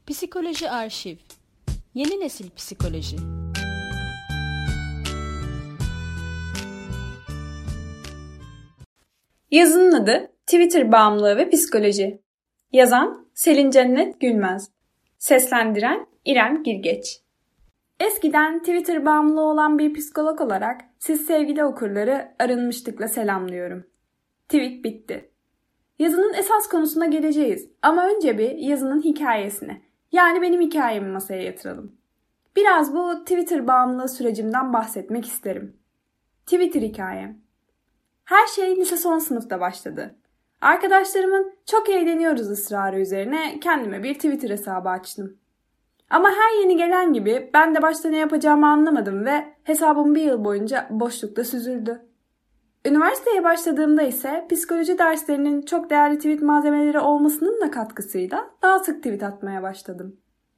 Psikoloji Arşiv. Yeni nesil psikoloji. Yazının adı Twitter bağımlılığı ve psikoloji. Yazan Selin Cennet Gülmez. Seslendiren İrem Girgeç. Eskiden Twitter bağımlılığı olan bir psikolog olarak siz sevgili okurları arınmışlıkla selamlıyorum. Tweet bitti. Yazının esas konusuna geleceğiz ama önce bir yazının hikayesine, yani benim hikayemi masaya yatıralım. Biraz bu Twitter bağımlılığı sürecimden bahsetmek isterim. Twitter hikayem. Her şey lise son sınıfta başladı. Arkadaşlarımın çok eğleniyoruz ısrarı üzerine kendime bir Twitter hesabı açtım. Ama her yeni gelen gibi ben de başta ne yapacağımı anlamadım ve hesabım bir yıl boyunca boşlukta süzüldü. Üniversiteye başladığımda ise psikoloji derslerinin çok değerli tweet malzemeleri olmasının da katkısıyla daha sık tweet atmaya başladım.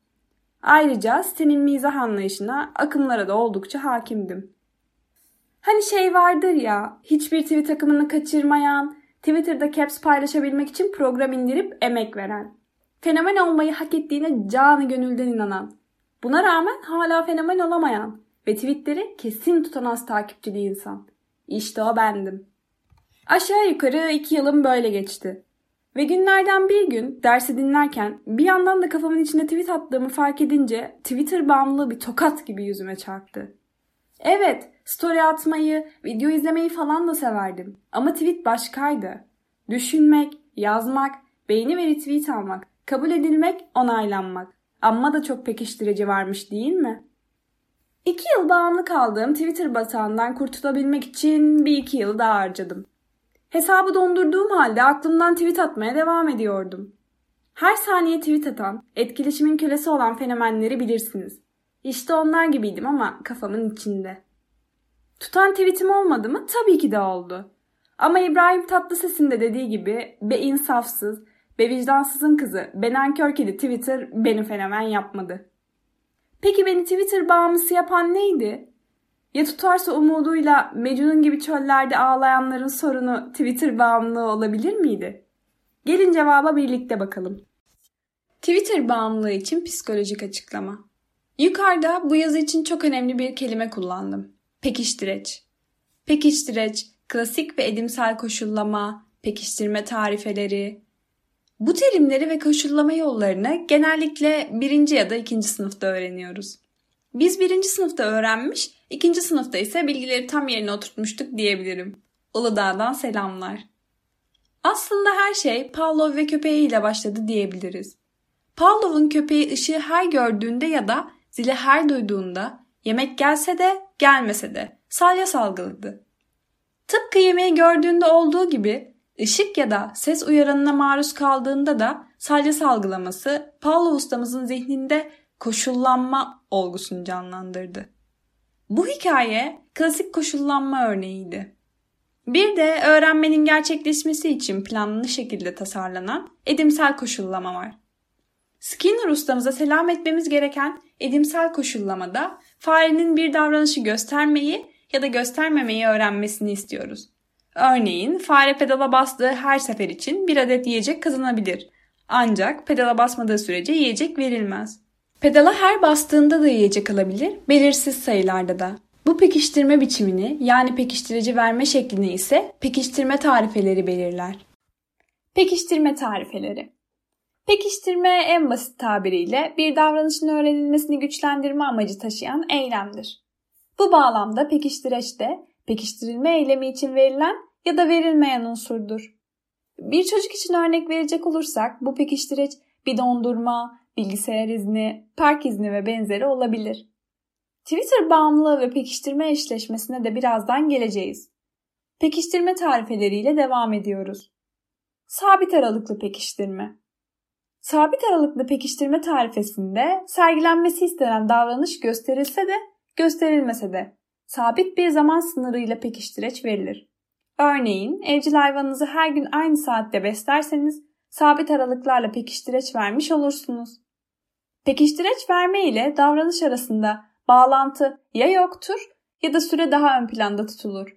Ayrıca sitenin mizah anlayışına, akımlara da oldukça hakimdim. Hani şey vardır ya, hiçbir tweet akımını kaçırmayan, Twitter'da caps paylaşabilmek için program indirip emek veren, fenomen olmayı hak ettiğine canı gönülden inanan, buna rağmen hala fenomen olamayan ve tweetleri kesin tutan az takipçili insan. İşte o bendim. Aşağı yukarı 2 yılım böyle geçti. Ve günlerden bir gün dersi dinlerken bir yandan da kafamın içine tweet attığımı fark edince Twitter bağımlılığı bir tokat gibi yüzüme çarptı. Evet, story atmayı, video izlemeyi falan da severdim. Ama tweet başkaydı. Düşünmek, yazmak, beğeni ve retweet almak, kabul edilmek, onaylanmak. Amma da çok pekiştirici varmış değil mi? 2 yıl bağımlı kaldığım Twitter batağından kurtulabilmek için 1-2 yıl daha harcadım. Hesabı dondurduğum halde aklımdan tweet atmaya devam ediyordum. Her saniye tweet atan, etkileşimin kölesi olan fenomenleri bilirsiniz. İşte onlar gibiydim ama kafamın içinde. Tutan tweetim olmadı mı? Tabii ki de oldu. Ama İbrahim Tatlıses'in de dediği gibi be insafsız, be vicdansızın kızı, be nankör kedi Twitter beni fenomen yapmadı. Peki beni Twitter bağımlısı yapan neydi? Ya tutarsa umuduyla Mecnun gibi çöllerde ağlayanların sorunu Twitter bağımlılığı olabilir miydi? Gelin cevaba birlikte bakalım. Twitter bağımlılığı için psikolojik açıklama. Yukarıda bu yazı için çok önemli bir kelime kullandım. Pekiştireç. Pekiştireç, klasik ve edimsel koşullama, pekiştirme tarifeleri. Bu terimleri ve koşullama yollarını genellikle 1. ya da 2. sınıfta öğreniyoruz. Biz 1. sınıfta öğrenmiş, 2. sınıfta ise bilgileri tam yerine oturtmuştuk diyebilirim. Uludağ'dan selamlar. Aslında her şey Pavlov ve köpeğiyle başladı diyebiliriz. Pavlov'un köpeği ışığı her gördüğünde ya da zili her duyduğunda yemek gelse de gelmese de salya salgıladı. Tıpkı yemeği gördüğünde olduğu gibi ışık ya da ses uyaranına maruz kaldığında da salya salgılaması Pavlov ustamızın zihninde koşullanma olgusunu canlandırdı. Bu hikaye klasik koşullanma örneğiydi. Bir de öğrenmenin gerçekleşmesi için planlı şekilde tasarlanan edimsel koşullama var. Skinner ustamıza selam etmemiz gereken edimsel koşullamada farenin bir davranışı göstermeyi ya da göstermemeyi öğrenmesini istiyoruz. Örneğin fare pedala bastığı her sefer için bir adet yiyecek kazanabilir. Ancak pedala basmadığı sürece yiyecek verilmez. Pedala her bastığında da yiyecek alabilir, belirsiz sayılarda da. Bu pekiştirme biçimini yani pekiştirici verme şeklini ise pekiştirme tarifeleri belirler. Pekiştirme tarifeleri. Pekiştirme en basit tabiriyle bir davranışın öğrenilmesini güçlendirme amacı taşıyan eylemdir. Bu bağlamda pekiştireç de pekiştirilme eylemi için verilen ya da verilmeyen unsurdur. Bir çocuk için örnek verecek olursak bu pekiştireç bir dondurma, bilgisayar izni, park izni ve benzeri olabilir. Twitter bağımlılığı ve pekiştirme eşleşmesine de birazdan geleceğiz. Pekiştirme tarifeleriyle devam ediyoruz. Sabit aralıklı pekiştirme. Sabit aralıklı pekiştirme tarifesinde sergilenmesi istenen davranış gösterilse de gösterilmese de sabit bir zaman sınırıyla pekiştireç verilir. Örneğin evcil hayvanınızı her gün aynı saatte beslerseniz sabit aralıklarla pekiştireç vermiş olursunuz. Pekiştireç verme ile davranış arasında bağlantı ya yoktur ya da süre daha ön planda tutulur.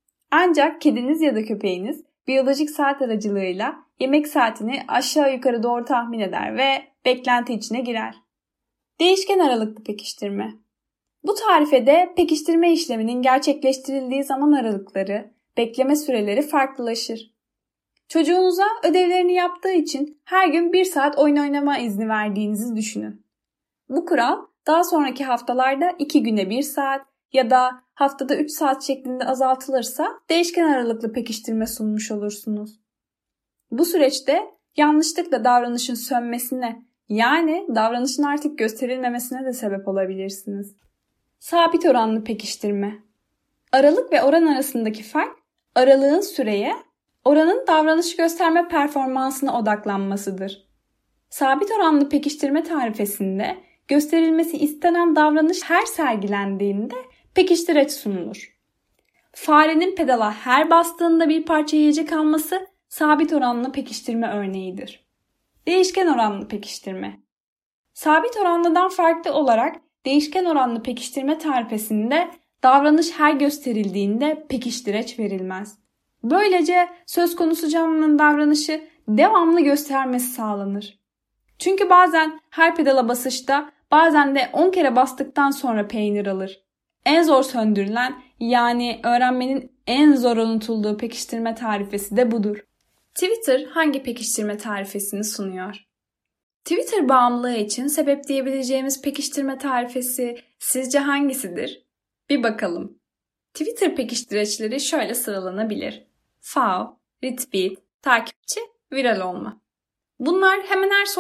Ancak kediniz ya da köpeğiniz biyolojik saat aracılığıyla yemek saatini aşağı yukarı doğru tahmin eder ve beklenti içine girer. Değişken aralıklı pekiştirme. Bu tarifede pekiştirme işleminin gerçekleştirildiği zaman aralıkları, bekleme süreleri farklılaşır. Çocuğunuza ödevlerini yaptığı için her gün 1 saat oyun oynama izni verdiğinizi düşünün. Bu kural daha sonraki haftalarda 2 güne 1 saat ya da haftada 3 saat şeklinde azaltılırsa değişken aralıklı pekiştirme sunmuş olursunuz. Bu süreçte yanlışlıkla davranışın sönmesine, yani davranışın artık gösterilmemesine de sebep olabilirsiniz. Sabit oranlı pekiştirme. Aralık ve oran arasındaki fark, aralığın süreye, oranın davranışı gösterme performansına odaklanmasıdır. Sabit oranlı pekiştirme tarifesinde gösterilmesi istenen davranış her sergilendiğinde pekiştireç sunulur. Farenin pedala her bastığında bir parça yiyecek alması sabit oranlı pekiştirme örneğidir. Değişken oranlı pekiştirme. Sabit oranlıdan farklı olarak değişken oranlı pekiştirme tarifesinde davranış her gösterildiğinde pekiştireç verilmez. Böylece söz konusu canlının davranışı devamlı göstermesi sağlanır. Çünkü bazen her pedala basışta, bazen de 10 kere bastıktan sonra peynir alır. En zor söndürülen, yani öğrenmenin en zor unutulduğu pekiştirme tarifesi de budur. Twitter hangi pekiştirme tarifesini sunuyor? Twitter bağımlılığı için sebep diyebileceğimiz pekiştirme tarifesi sizce hangisidir? Bir bakalım. Twitter pekiştireçleri şöyle sıralanabilir: follow, retweet, takipçi, viral olma. Bunlar hemen her